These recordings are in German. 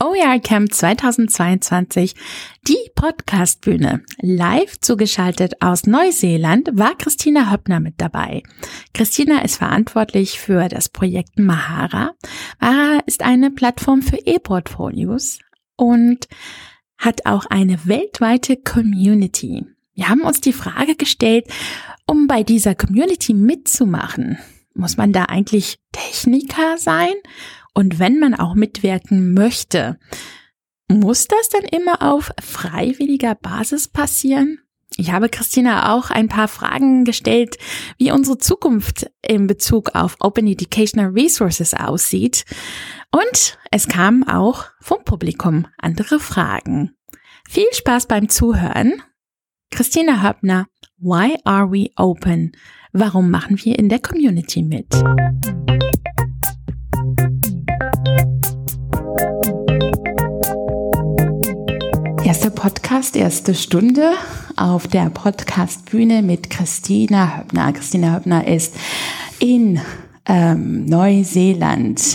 OER Camp 2022, die Podcastbühne. Live zugeschaltet aus Neuseeland war Christina Höppner mit dabei. Christina ist verantwortlich für das Projekt Mahara. Mahara ist eine Plattform für E-Portfolios und hat auch eine weltweite Community. Wir haben uns die Frage gestellt, um bei dieser Community mitzumachen, muss man da eigentlich Techniker sein? Und wenn man auch mitwirken möchte, muss das dann immer auf freiwilliger Basis passieren? Ich habe Christina auch ein paar Fragen gestellt, wie unsere Zukunft in Bezug auf Open Educational Resources aussieht. Und es kamen auch vom Publikum andere Fragen. Viel Spaß beim Zuhören. Christina Höppner, Why are we open? Warum machen wir in der Community mit? Erster Podcast, erste Stunde auf der Podcastbühne mit Christina Höppner. Christina Höppner ist in Neuseeland,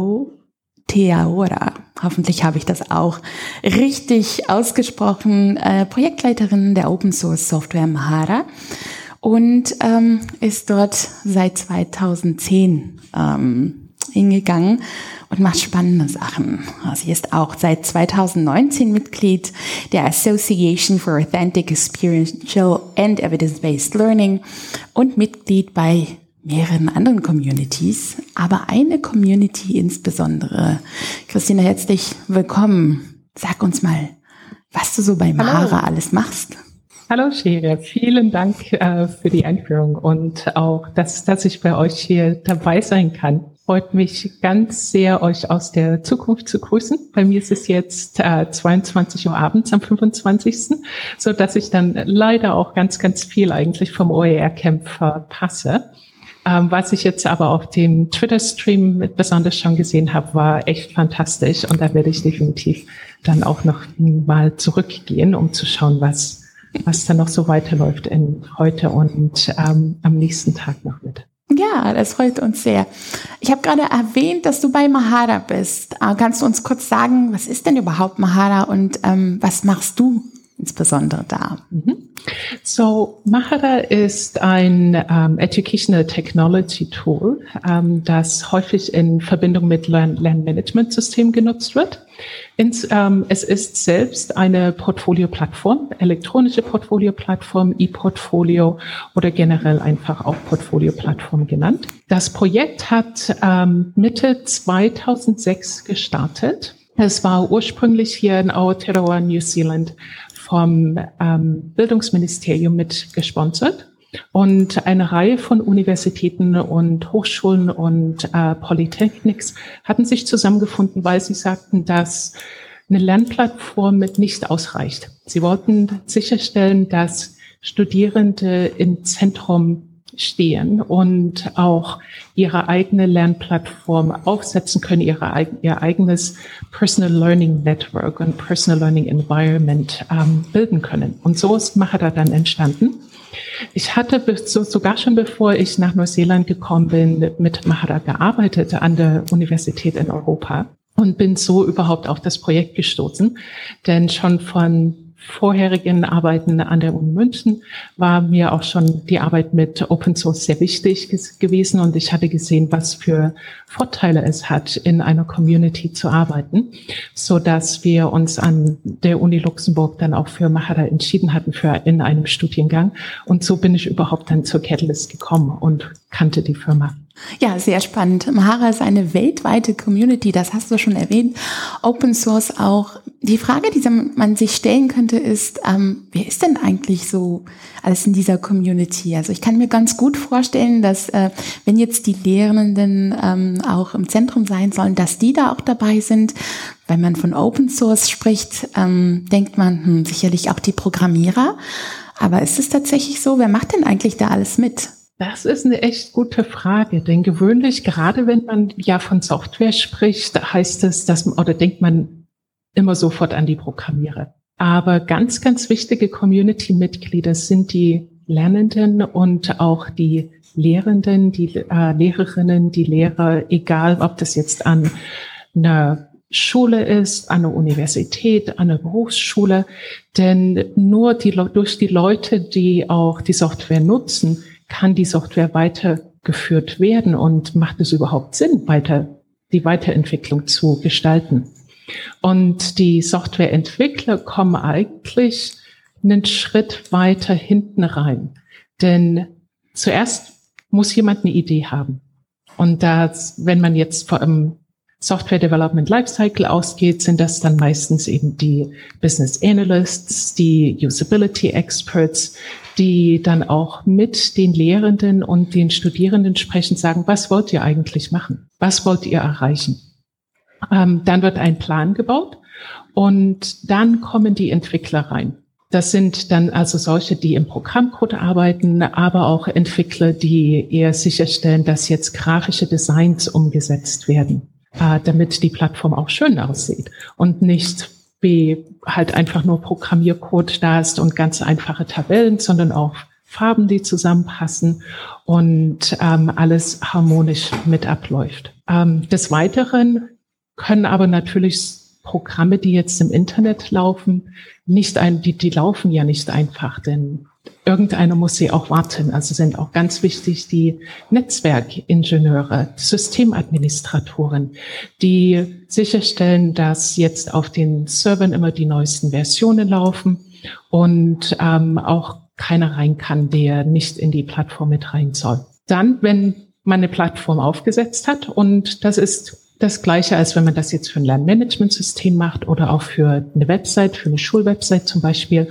Aotearoa. Hoffentlich habe ich das auch richtig ausgesprochen. Projektleiterin der Open Source Software Mahara und ist dort seit 2010 hingegangen und macht spannende Sachen. Sie ist auch seit 2019 Mitglied der Association for Authentic Experiential and Evidence-Based Learning und Mitglied bei mehreren anderen Communities, aber eine Community insbesondere. Christina, herzlich willkommen. Sag uns mal, was du so bei Mahara alles machst. Hallo Shere, vielen Dank für die Einführung und auch, dass ich bei euch hier dabei sein kann. Freut mich ganz sehr, euch aus der Zukunft zu grüßen. Bei mir ist es jetzt 22 Uhr abends am 25., so dass ich dann leider auch ganz viel eigentlich vom OER Camp verpasse. Was ich jetzt aber auf dem Twitter-Stream besonders schon gesehen habe, war echt fantastisch und da werde ich definitiv dann auch noch mal zurückgehen, um zu schauen, was dann noch so weiterläuft in heute und am nächsten Tag noch mit. Ja, das freut uns sehr. Ich habe gerade erwähnt, dass du bei Mahara bist. Kannst du uns kurz sagen, was ist denn überhaupt Mahara und was machst du insbesondere da? So, Mahara ist ein Educational Technology Tool, das häufig in Verbindung mit Lernmanagementsystemen genutzt wird. Es ist selbst eine Portfolio-Plattform, elektronische Portfolio-Plattform, E-Portfolio oder generell einfach auch Portfolio-Plattform genannt. Das Projekt hat Mitte 2006 gestartet. Es war ursprünglich hier in Aotearoa, New Zealand, vom Bildungsministerium mit gesponsert. Und eine Reihe von Universitäten und Hochschulen und Polytechnics hatten sich zusammengefunden, weil sie sagten, dass eine Lernplattform mit nicht ausreicht. Sie wollten sicherstellen, dass Studierende im Zentrum stehen und auch ihre eigene Lernplattform aufsetzen können, ihr eigenes Personal Learning Network und Personal Learning Environment bilden können. Und so ist Mahara dann entstanden. Ich hatte sogar schon bevor ich nach Neuseeland gekommen bin, mit Mahara gearbeitet an der Universität in Europa und bin so überhaupt auf das Projekt gestoßen, denn schon von vorherigen Arbeiten an der Uni München war mir auch schon die Arbeit mit Open Source sehr wichtig gewesen und ich hatte gesehen, was für Vorteile es hat, in einer Community zu arbeiten, so dass wir uns an der Uni Luxemburg dann auch für Mahara entschieden hatten in einem Studiengang und so bin ich überhaupt dann zur Catalyst gekommen und kannte die Firma. Ja, sehr spannend. Mahara ist eine weltweite Community, das hast du schon erwähnt. Open Source auch. Die Frage, die man sich stellen könnte, ist, wer ist denn eigentlich so alles in dieser Community? Also ich kann mir ganz gut vorstellen, dass wenn jetzt die Lehrenden auch im Zentrum sein sollen, dass die da auch dabei sind. Wenn man von Open Source spricht, denkt man sicherlich auch die Programmierer. Aber ist es tatsächlich so? Wer macht denn eigentlich da alles mit? Das ist eine echt gute Frage, denn gewöhnlich, gerade wenn man ja von Software spricht, heißt es, denkt man immer sofort an die Programmierer. Aber ganz wichtige Community-Mitglieder sind die Lernenden und auch die Lehrenden, die Lehrerinnen, die Lehrer, egal ob das jetzt an einer Schule ist, an der Universität, an der Berufsschule. Denn nur durch die Leute, die auch die Software nutzen, kann die Software weitergeführt werden und macht es überhaupt Sinn, die Weiterentwicklung zu gestalten. Und die Softwareentwickler kommen eigentlich einen Schritt weiter hinten rein. Denn zuerst muss jemand eine Idee haben. Und wenn man jetzt vom Software Development Lifecycle ausgeht, sind das dann meistens eben die Business Analysts, die Usability Experts, die dann auch mit den Lehrenden und den Studierenden sprechen, sagen, was wollt ihr eigentlich machen? Was wollt ihr erreichen? Dann wird ein Plan gebaut und dann kommen die Entwickler rein. Das sind dann also solche, die im Programmcode arbeiten, aber auch Entwickler, die eher sicherstellen, dass jetzt grafische Designs umgesetzt werden, damit die Plattform auch schön aussieht und nicht wie halt einfach nur Programmiercode da ist und ganz einfache Tabellen, sondern auch Farben, die zusammenpassen und alles harmonisch mit abläuft. Des Weiteren können aber natürlich Programme, die jetzt im Internet laufen, die laufen ja nicht einfach, denn irgendeiner muss sie auch warten. Also sind auch ganz wichtig die Netzwerkingenieure, Systemadministratoren, die sicherstellen, dass jetzt auf den Servern immer die neuesten Versionen laufen und auch keiner rein kann, der nicht in die Plattform mit rein soll. Dann, wenn man eine Plattform aufgesetzt hat, und das ist das Gleiche, als wenn man das jetzt für ein Lernmanagementsystem macht oder auch für eine Website, für eine Schulwebsite zum Beispiel,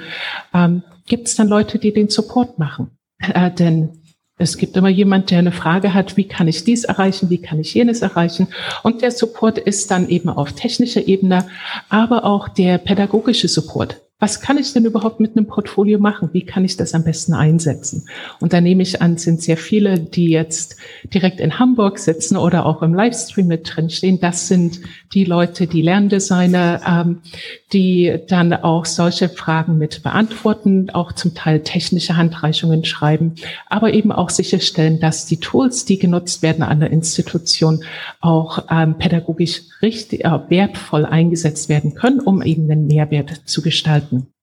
gibt es dann Leute, die den Support machen. Denn es gibt immer jemand, der eine Frage hat, wie kann ich dies erreichen, wie kann ich jenes erreichen? Und der Support ist dann eben auf technischer Ebene, aber auch der pädagogische Support. Was kann ich denn überhaupt mit einem Portfolio machen? Wie kann ich das am besten einsetzen? Und da nehme ich an, sind sehr viele, die jetzt direkt in Hamburg sitzen oder auch im Livestream mit drin stehen. Das sind die Leute, die Lerndesigner, die dann auch solche Fragen mit beantworten, auch zum Teil technische Handreichungen schreiben, aber eben auch sicherstellen, dass die Tools, die genutzt werden an der Institution, auch pädagogisch richtig wertvoll eingesetzt werden können, um eben einen Mehrwert zu gestalten.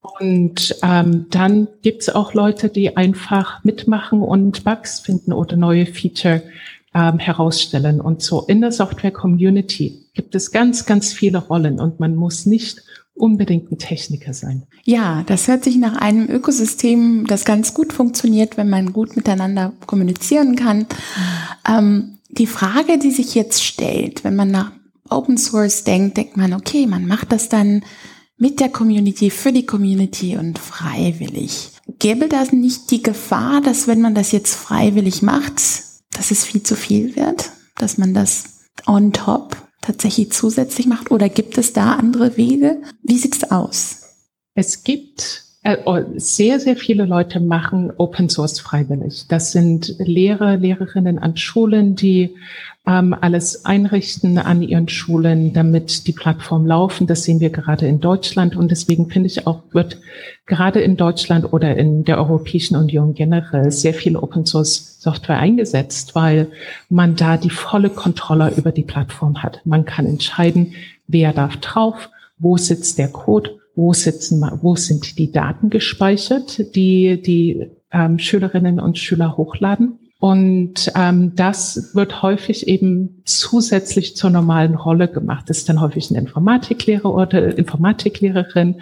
Und dann gibt es auch Leute, die einfach mitmachen und Bugs finden oder neue Feature herausstellen. Und so in der Software-Community gibt es ganz, ganz viele Rollen und man muss nicht unbedingt ein Techniker sein. Ja, das hört sich nach einem Ökosystem, das ganz gut funktioniert, wenn man gut miteinander kommunizieren kann. Die Frage, die sich jetzt stellt, wenn man nach Open Source denkt man, okay, man macht das dann mit der Community, für die Community und freiwillig. Gäbe das nicht die Gefahr, dass wenn man das jetzt freiwillig macht, dass es viel zu viel wird? Dass man das on top tatsächlich zusätzlich macht? Oder gibt es da andere Wege? Wie sieht's aus? Es gibt sehr, sehr viele Leute machen Open Source freiwillig. Das sind Lehrer, Lehrerinnen an Schulen, die alles einrichten an ihren Schulen, damit die Plattform laufen. Das sehen wir gerade in Deutschland. Und deswegen finde ich auch, wird gerade in Deutschland oder in der Europäischen Union generell sehr viel Open Source Software eingesetzt, weil man da die volle Kontrolle über die Plattform hat. Man kann entscheiden, wer darf drauf, wo sitzt der Code, wo sind die Daten gespeichert, die Schülerinnen und Schüler hochladen. Und das wird häufig eben zusätzlich zur normalen Rolle gemacht. Das ist dann häufig ein Informatiklehrer oder Informatiklehrerin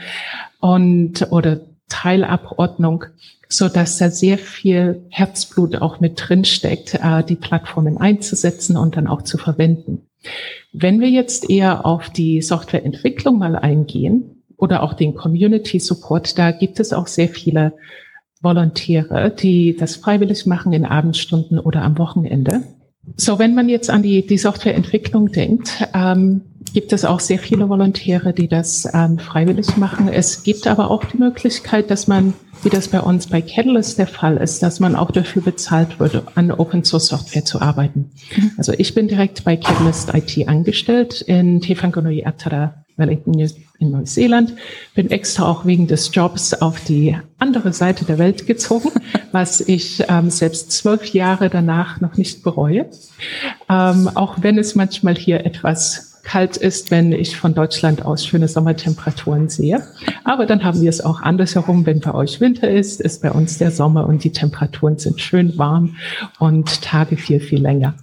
oder Teilabordnung, so dass da sehr viel Herzblut auch mit drin steckt, die Plattformen einzusetzen und dann auch zu verwenden. Wenn wir jetzt eher auf die Softwareentwicklung mal eingehen oder auch den Community Support, da gibt es auch sehr viele Volontäre, die das freiwillig machen in Abendstunden oder am Wochenende. So, wenn man jetzt an die Softwareentwicklung denkt, gibt es auch sehr viele Volontäre, die das freiwillig machen. Es gibt aber auch die Möglichkeit, dass man, wie das bei uns bei Catalyst der Fall ist, dass man auch dafür bezahlt würde, an Open Source Software zu arbeiten. Also ich bin direkt bei Catalyst IT angestellt in Tefanganui Atara, Wellington in Neuseeland, bin extra auch wegen des Jobs auf die andere Seite der Welt gezogen, was ich selbst 12 Jahre danach noch nicht bereue, auch wenn es manchmal hier etwas kalt ist, wenn ich von Deutschland aus schöne Sommertemperaturen sehe. Aber dann haben wir es auch andersherum. Wenn bei euch Winter ist bei uns der Sommer und die Temperaturen sind schön warm und Tage viel, viel länger.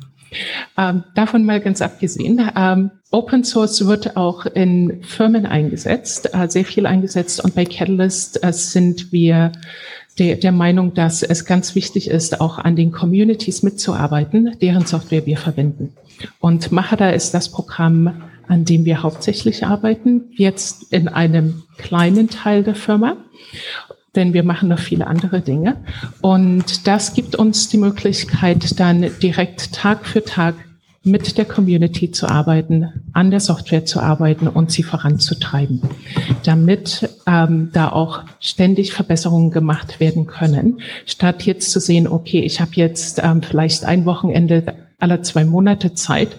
Davon mal ganz abgesehen, Open Source wird auch in Firmen eingesetzt, sehr viel eingesetzt. Und bei Catalyst sind wir der Meinung, dass es ganz wichtig ist, auch an den Communities mitzuarbeiten, deren Software wir verwenden. Und Mahara ist das Programm, an dem wir hauptsächlich arbeiten, jetzt in einem kleinen Teil der Firma, denn wir machen noch viele andere Dinge. Und das gibt uns die Möglichkeit, dann direkt Tag für Tag mit der Community zu arbeiten, an der Software zu arbeiten und sie voranzutreiben, damit da auch ständig Verbesserungen gemacht werden können, statt jetzt zu sehen, okay, ich habe jetzt vielleicht ein Wochenende alle 2 Monate Zeit.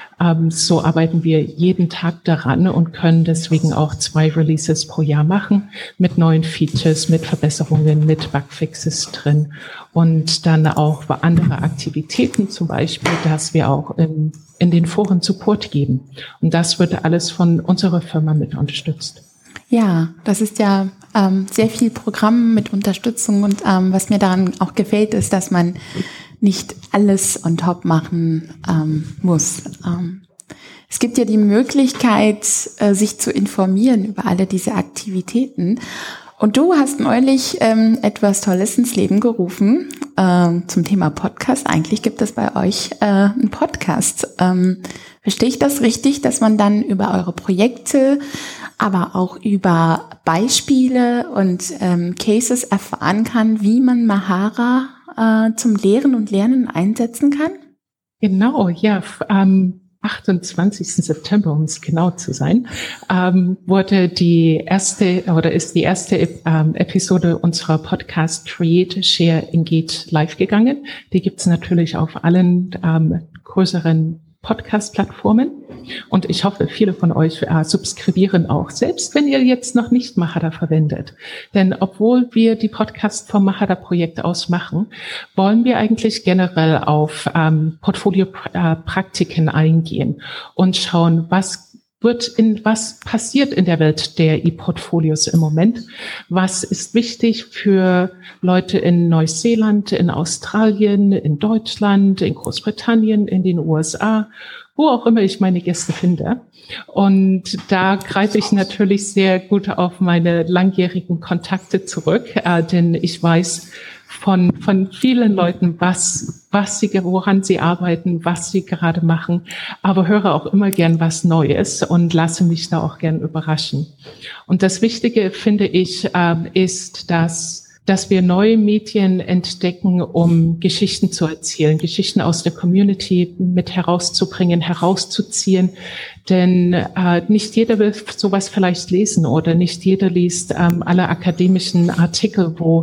So arbeiten wir jeden Tag daran und können deswegen auch 2 Releases pro Jahr machen mit neuen Features, mit Verbesserungen, mit Bugfixes drin und dann auch andere Aktivitäten, zum Beispiel, dass wir auch in den Foren Support geben. Und das wird alles von unserer Firma mit unterstützt. Ja, das ist ja sehr viel Programm mit Unterstützung und was mir daran auch gefällt, ist, dass man nicht alles on top machen muss. Es gibt ja die Möglichkeit, sich zu informieren über alle diese Aktivitäten. Und du hast neulich etwas Tolles ins Leben gerufen zum Thema Podcast. Eigentlich gibt es bei euch einen Podcast. Verstehe ich das richtig, dass man dann über eure Projekte, aber auch über Beispiele und Cases erfahren kann, wie man Mahara zum Lehren und Lernen einsetzen kann? Genau, ja. Am 28. September, um es genau zu sein, ist die erste Episode unserer Podcast Create, Share, Engage live gegangen. Die gibt's natürlich auf allen größeren Podcast-Plattformen. Und ich hoffe, viele von euch subskribieren auch, selbst wenn ihr jetzt noch nicht Mahara verwendet. Denn obwohl wir die Podcast vom Mahara-Projekt aus machen, wollen wir eigentlich generell auf Portfolio-Praktiken eingehen und schauen, was passiert in der Welt der E-Portfolios im Moment? Was ist wichtig für Leute in Neuseeland, in Australien, in Deutschland, in Großbritannien, in den USA, wo auch immer ich meine Gäste finde. Und da greife ich natürlich sehr gut auf meine langjährigen Kontakte zurück, denn ich weiß von vielen Leuten, woran sie arbeiten, was sie gerade machen, aber höre auch immer gern was Neues und lasse mich da auch gern überraschen. Und das Wichtige, finde ich, ist, dass wir neue Medien entdecken, um Geschichten zu erzählen, Geschichten aus der Community mit herauszubringen, herauszuziehen. Denn nicht jeder will sowas vielleicht lesen oder nicht jeder liest alle akademischen Artikel, wo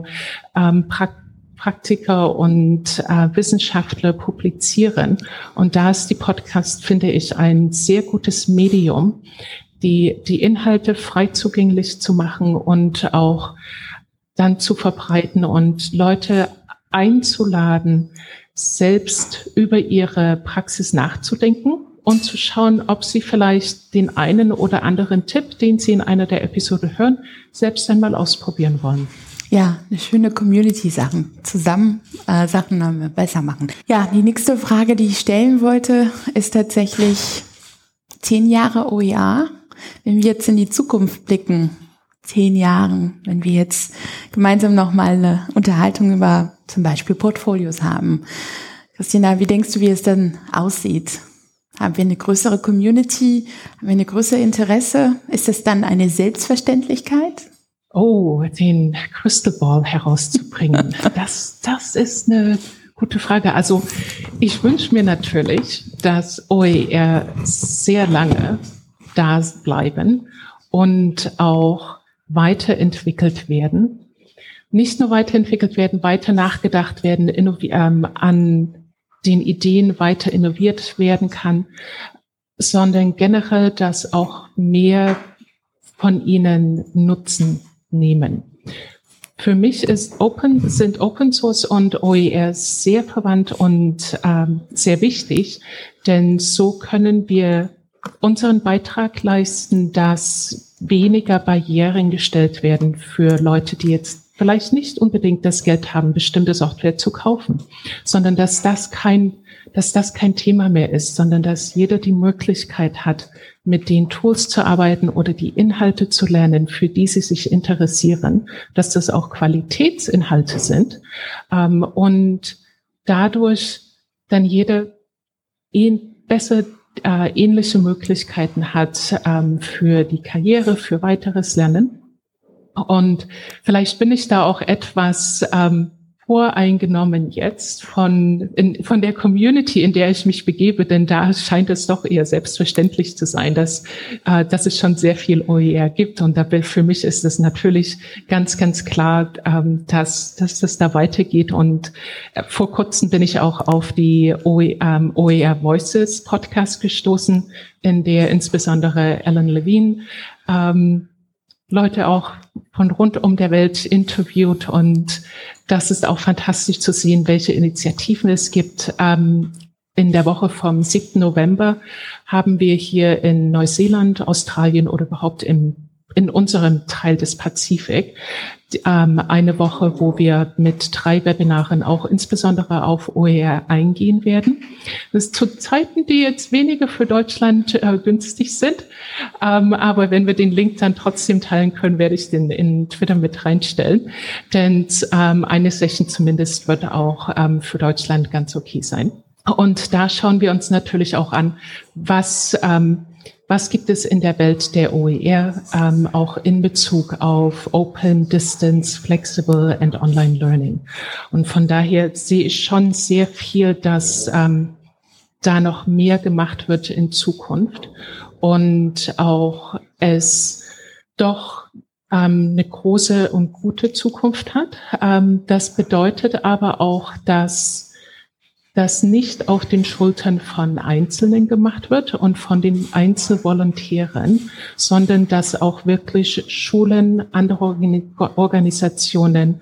Praktiker und Wissenschaftler publizieren. Und da ist die Podcast, finde ich, ein sehr gutes Medium, die Inhalte frei zugänglich zu machen und auch dann zu verbreiten und Leute einzuladen, selbst über ihre Praxis nachzudenken und zu schauen, ob sie vielleicht den einen oder anderen Tipp, den sie in einer der Episoden hören, selbst einmal ausprobieren wollen. Ja, eine schöne Community-Sachen. Zusammen Sachen besser machen. Ja, die nächste Frage, die ich stellen wollte, ist tatsächlich 10 Jahre OER. Wenn wir jetzt in die Zukunft blicken, 10 Jahren, wenn wir jetzt gemeinsam nochmal eine Unterhaltung über zum Beispiel Portfolios haben. Christina, wie denkst du, wie es dann aussieht? Haben wir eine größere Community? Haben wir eine größere Interesse? Ist das dann eine Selbstverständlichkeit? Oh, den Crystal Ball herauszubringen. Das ist eine gute Frage. Also ich wünsche mir natürlich, dass OER sehr lange da bleiben und auch weiterentwickelt werden. Nicht nur weiterentwickelt werden, weiter nachgedacht werden, an den Ideen weiter innoviert werden kann, sondern generell, dass auch mehr von ihnen Nutzen nehmen. Für mich sind Open Source und OER sehr verwandt und sehr wichtig, denn so können wir unseren Beitrag leisten, dass weniger Barrieren gestellt werden für Leute, die jetzt vielleicht nicht unbedingt das Geld haben, bestimmte Software zu kaufen, sondern dass das kein Thema mehr ist, sondern dass jeder die Möglichkeit hat, mit den Tools zu arbeiten oder die Inhalte zu lernen, für die sie sich interessieren, dass das auch Qualitätsinhalte sind, und dadurch dann jeder besser ähnliche Möglichkeiten hat für die Karriere, für weiteres Lernen. Und vielleicht bin ich da auch etwas voreingenommen jetzt von der Community, in der ich mich begebe, denn da scheint es doch eher selbstverständlich zu sein, dass es schon sehr viel OER gibt. Und für mich ist es natürlich ganz, ganz klar, dass das da weitergeht. Und vor kurzem bin ich auch auf die OER Voices Podcast gestoßen, in der insbesondere Alan Levine Leute auch von rund um der Welt interviewt, und das ist auch fantastisch zu sehen, welche Initiativen es gibt. In der Woche vom 7. November haben wir hier in Neuseeland, Australien oder überhaupt in unserem Teil des Pazifik eine Woche, wo wir mit 3 Webinaren auch insbesondere auf OER eingehen werden. Das ist zu Zeiten, die jetzt weniger für Deutschland günstig sind. Aber wenn wir den Link dann trotzdem teilen können, werde ich den in Twitter mit reinstellen. Denn eine Session zumindest wird auch für Deutschland ganz okay sein. Und da schauen wir uns natürlich auch an, was gibt es in der Welt der OER, auch in Bezug auf Open, Distance, Flexible and Online Learning. Und von daher sehe ich schon sehr viel, dass da noch mehr gemacht wird in Zukunft und auch es doch eine große und gute Zukunft hat. Das bedeutet aber auch, dass das nicht auf den Schultern von Einzelnen gemacht wird und von den Einzelvolontären, sondern dass auch wirklich Schulen, andere Organisationen,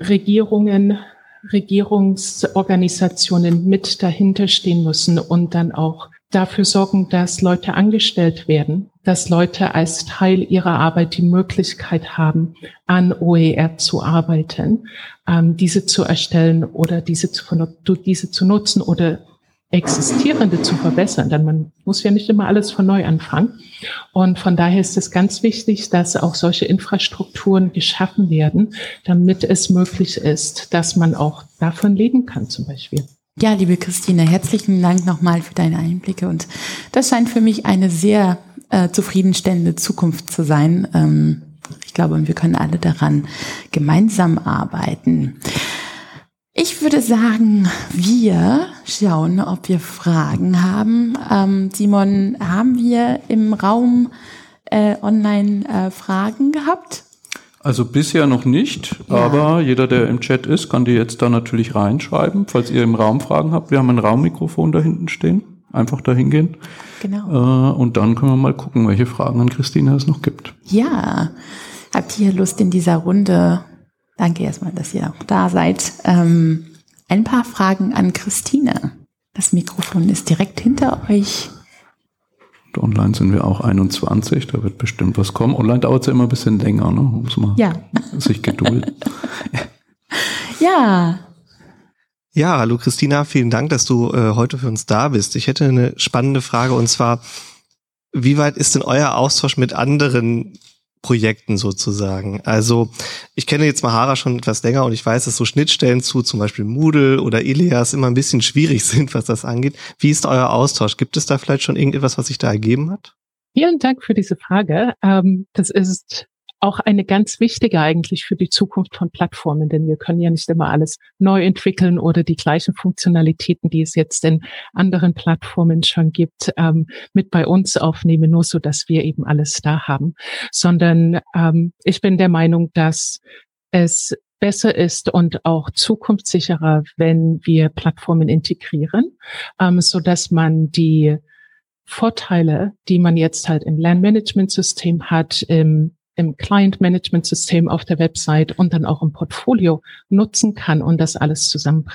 Regierungsorganisationen mit dahinter stehen müssen und dann auch dafür sorgen, dass Leute angestellt werden, dass Leute als Teil ihrer Arbeit die Möglichkeit haben, an OER zu arbeiten, diese zu erstellen oder diese zu nutzen oder existierende zu verbessern. Denn man muss ja nicht immer alles von neu anfangen. Und von daher ist es ganz wichtig, dass auch solche Infrastrukturen geschaffen werden, damit es möglich ist, dass man auch davon leben kann zum Beispiel. Ja, liebe Christine, herzlichen Dank nochmal für deine Einblicke, und das scheint für mich eine sehr zufriedenstellende Zukunft zu sein. Ich glaube, wir können alle daran gemeinsam arbeiten. Ich würde sagen, wir schauen, ob wir Fragen haben. Simon, haben wir im Raum online Fragen gehabt? Also bisher noch nicht, ja. Aber jeder, der im Chat ist, kann die jetzt da natürlich reinschreiben, falls ihr im Raum Fragen habt. Wir haben ein Raummikrofon da hinten stehen. Einfach da hingehen. Genau. Und dann können wir mal gucken, welche Fragen an Christine es noch gibt. Ja, habt ihr Lust in dieser Runde, danke erstmal, dass ihr auch da seid, ein paar Fragen an Christine. Das Mikrofon ist direkt hinter euch. Und online sind wir auch 21, da wird bestimmt was kommen. Online dauert es ja immer ein bisschen länger, ne? Muss man sich gedulden. Ja. Ja, hallo Christina, vielen Dank, dass du heute für uns da bist. Ich hätte eine spannende Frage, und zwar, wie weit ist denn euer Austausch mit anderen Projekten sozusagen? Also ich kenne jetzt Mahara schon etwas länger und ich weiß, dass so Schnittstellen zu zum Beispiel Moodle oder Ilias immer ein bisschen schwierig sind, was das angeht. Wie ist euer Austausch? Gibt es da vielleicht schon irgendetwas, was sich da ergeben hat? Vielen Dank für diese Frage. Das ist auch eine ganz wichtige eigentlich für die Zukunft von Plattformen, denn wir können ja nicht immer alles neu entwickeln oder die gleichen Funktionalitäten, die es jetzt in anderen Plattformen schon gibt, mit bei uns aufnehmen, nur so, dass wir eben alles da haben. Sondern ich bin der Meinung, dass es besser ist und auch zukunftssicherer, wenn wir Plattformen integrieren, so dass man die Vorteile, die man jetzt halt im Lernmanagementsystem hat, im Client-Management-System auf der Website und dann auch im Portfolio nutzen kann und das alles zusammenbringt.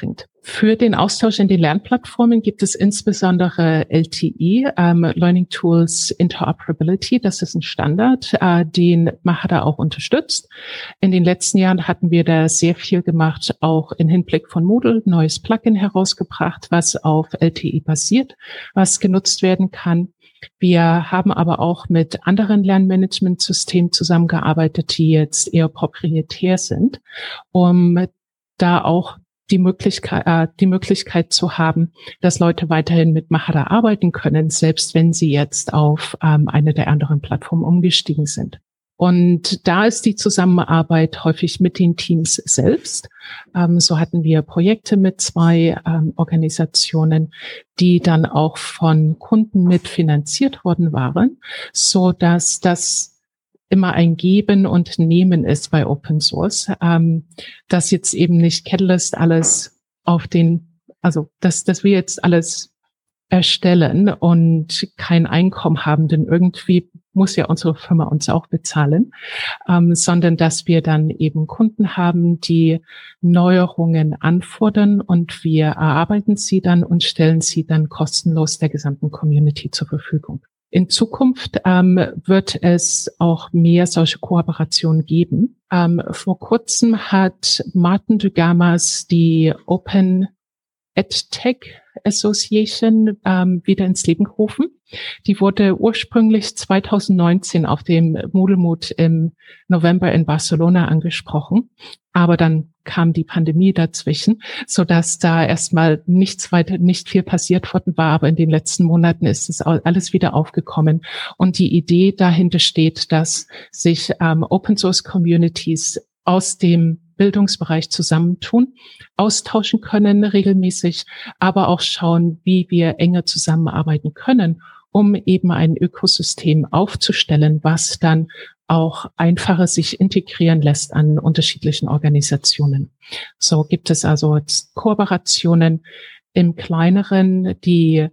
Für den Austausch in den Lernplattformen gibt es insbesondere LTI, Learning Tools Interoperability. Das ist ein Standard, den Mahara auch unterstützt. In den letzten Jahren hatten wir da sehr viel gemacht, auch im Hinblick von Moodle, neues Plugin herausgebracht, was auf LTI basiert, was genutzt werden kann. Wir haben aber auch mit anderen Lernmanagementsystemen zusammengearbeitet, die jetzt eher proprietär sind, um da auch die Möglichkeit zu haben, dass Leute weiterhin mit Mahara arbeiten können, selbst wenn sie jetzt auf eine der anderen Plattformen umgestiegen sind. Und da ist die Zusammenarbeit häufig mit den Teams selbst. So hatten wir Projekte mit 2 Organisationen, die dann auch von Kunden mitfinanziert worden waren, so dass das immer ein Geben und Nehmen ist bei Open Source, dass jetzt eben nicht Catalyst alles dass wir jetzt alles erstellen und kein Einkommen haben, denn irgendwie muss ja unsere Firma uns auch bezahlen, sondern dass wir dann eben Kunden haben, die Neuerungen anfordern und wir erarbeiten sie dann und stellen sie dann kostenlos der gesamten Community zur Verfügung. In Zukunft wird es auch mehr solche Kooperationen geben. Vor kurzem hat Martin Dugamas die Open EdTech Association wieder ins Leben gerufen. Die wurde ursprünglich 2019 auf dem Moodle Mood im November in Barcelona angesprochen, aber dann kam die Pandemie dazwischen, so dass da erstmal nicht viel passiert worden war, aber in den letzten Monaten ist es alles wieder aufgekommen und die Idee dahinter steht, dass sich Open Source Communities aus dem Bildungsbereich zusammentun, austauschen können regelmäßig, aber auch schauen, wie wir enger zusammenarbeiten können, um eben ein Ökosystem aufzustellen, was dann auch einfacher sich integrieren lässt an unterschiedlichen Organisationen. So gibt es also jetzt Kooperationen im Kleineren, die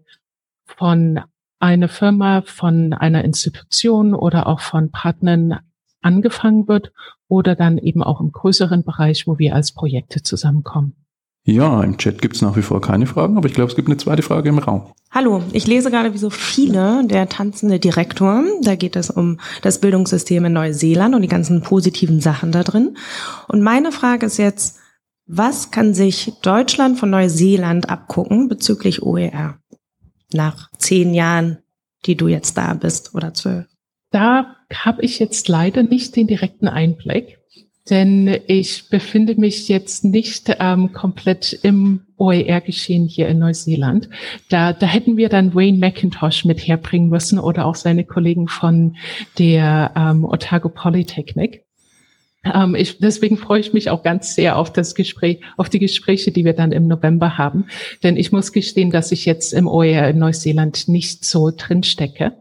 von einer Firma, von einer Institution oder auch von Partnern angefangen wird oder dann eben auch im größeren Bereich, wo wir als Projekte zusammenkommen. Ja, im Chat gibt es nach wie vor keine Fragen, aber ich glaube, es gibt eine zweite Frage im Raum. Hallo, ich lese gerade wie so viele der tanzende Direktor. Da geht es um das Bildungssystem in Neuseeland und die ganzen positiven Sachen da drin. Und meine Frage ist jetzt, was kann sich Deutschland von Neuseeland abgucken bezüglich OER? Nach 10 Jahren, die du jetzt da bist, oder 12? Da habe ich jetzt leider nicht den direkten Einblick, denn ich befinde mich jetzt nicht komplett im OER-Geschehen hier in Neuseeland. Da hätten wir dann Wayne McIntosh mit herbringen müssen oder auch seine Kollegen von der Otago Polytechnic. Deswegen freue ich mich auch ganz sehr auf das Gespräch, auf die Gespräche, die wir dann im November haben. Denn ich muss gestehen, dass ich jetzt im OER in Neuseeland nicht so drin stecke.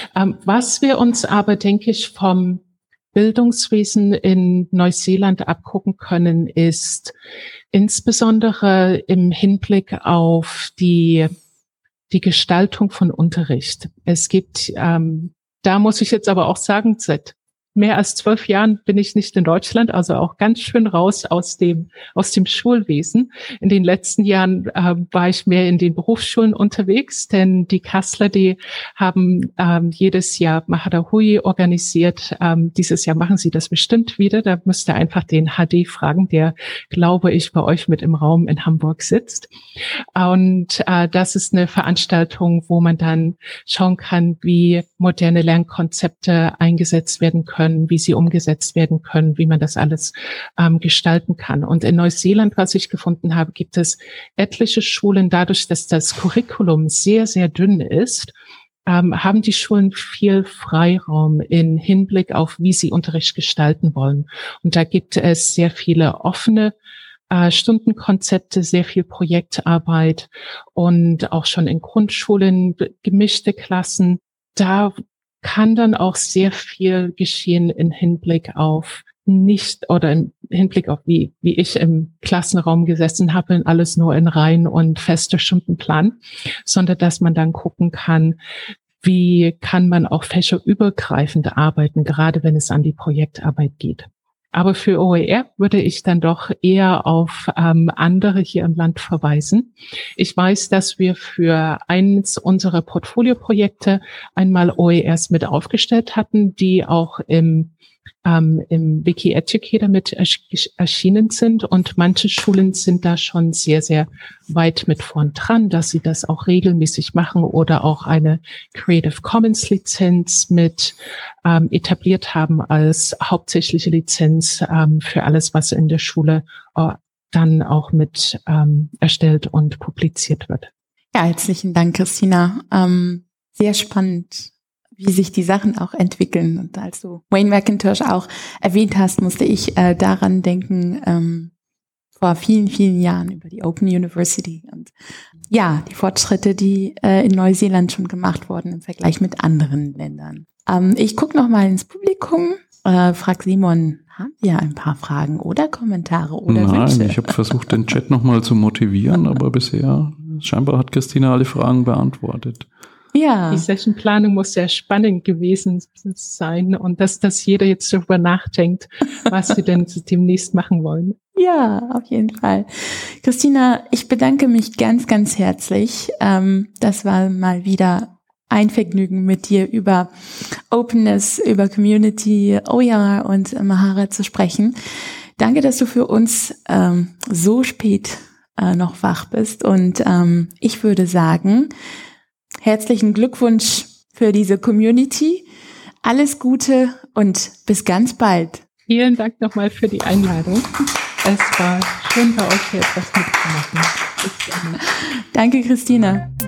Was wir uns aber, denke ich, vom Bildungswesen in Neuseeland abgucken können, ist insbesondere im Hinblick auf die Gestaltung von Unterricht. Es gibt, da muss ich jetzt aber auch sagen, seit mehr als 12 Jahren bin ich nicht in Deutschland, also auch ganz schön raus aus dem Schulwesen. In den letzten Jahren war ich mehr in den Berufsschulen unterwegs, denn die Kassler, die haben jedes Jahr Mahara Hui organisiert. Dieses Jahr machen sie das bestimmt wieder. Da müsst ihr einfach den HD fragen, der, glaube ich, bei euch mit im Raum in Hamburg sitzt. Und das ist eine Veranstaltung, wo man dann schauen kann, wie moderne Lernkonzepte eingesetzt werden können, wie sie umgesetzt werden können, wie man das alles gestalten kann. Und in Neuseeland, was ich gefunden habe, gibt es etliche Schulen, dadurch, dass das Curriculum sehr, sehr dünn ist, haben die Schulen viel Freiraum in Hinblick auf, wie sie Unterricht gestalten wollen. Und da gibt es sehr viele offene Stundenkonzepte, sehr viel Projektarbeit und auch schon in Grundschulen gemischte Klassen. Da kann dann auch sehr viel geschehen in Hinblick auf im Hinblick auf wie ich im Klassenraum gesessen habe, alles nur in Reihen und fester Stundenplan, sondern dass man dann gucken kann, wie kann man auch fächerübergreifend arbeiten, gerade wenn es an die Projektarbeit geht. Aber für OER würde ich dann doch eher auf andere hier im Land verweisen. Ich weiß, dass wir für eines unserer Portfolioprojekte einmal OERs mit aufgestellt hatten, die auch im Wiki Educator mit erschienen sind, und manche Schulen sind da schon sehr, sehr weit mit vorn dran, dass sie das auch regelmäßig machen oder auch eine Creative Commons Lizenz mit etabliert haben als hauptsächliche Lizenz für alles, was in der Schule dann auch mit erstellt und publiziert wird. Ja, herzlichen Dank, Christina. Sehr spannend, wie sich die Sachen auch entwickeln. Und als du Wayne McIntosh auch erwähnt hast, musste ich daran denken, vor vielen, vielen Jahren über die Open University und ja, die Fortschritte, die in Neuseeland schon gemacht wurden im Vergleich mit anderen Ländern. Ich gucke noch mal ins Publikum, frag Simon, haben wir ein paar Fragen oder Kommentare oder Wünsche? Nein, ich habe versucht, den Chat noch mal zu motivieren, aber bisher scheinbar hat Christina alle Fragen beantwortet. Ja. Die Sessionplanung muss sehr spannend gewesen sein und dass jeder jetzt darüber nachdenkt, was sie denn demnächst machen wollen. Ja, auf jeden Fall. Christina, ich bedanke mich ganz, ganz herzlich. Das war mal wieder ein Vergnügen, mit dir über Openness, über Community, OER und Mahara zu sprechen. Danke, dass du für uns so spät noch wach bist. Und ich würde sagen, herzlichen Glückwunsch für diese Community. Alles Gute und bis ganz bald. Vielen Dank nochmal für die Einladung. Es war schön, bei euch hier etwas mitzumachen. Danke, Christina.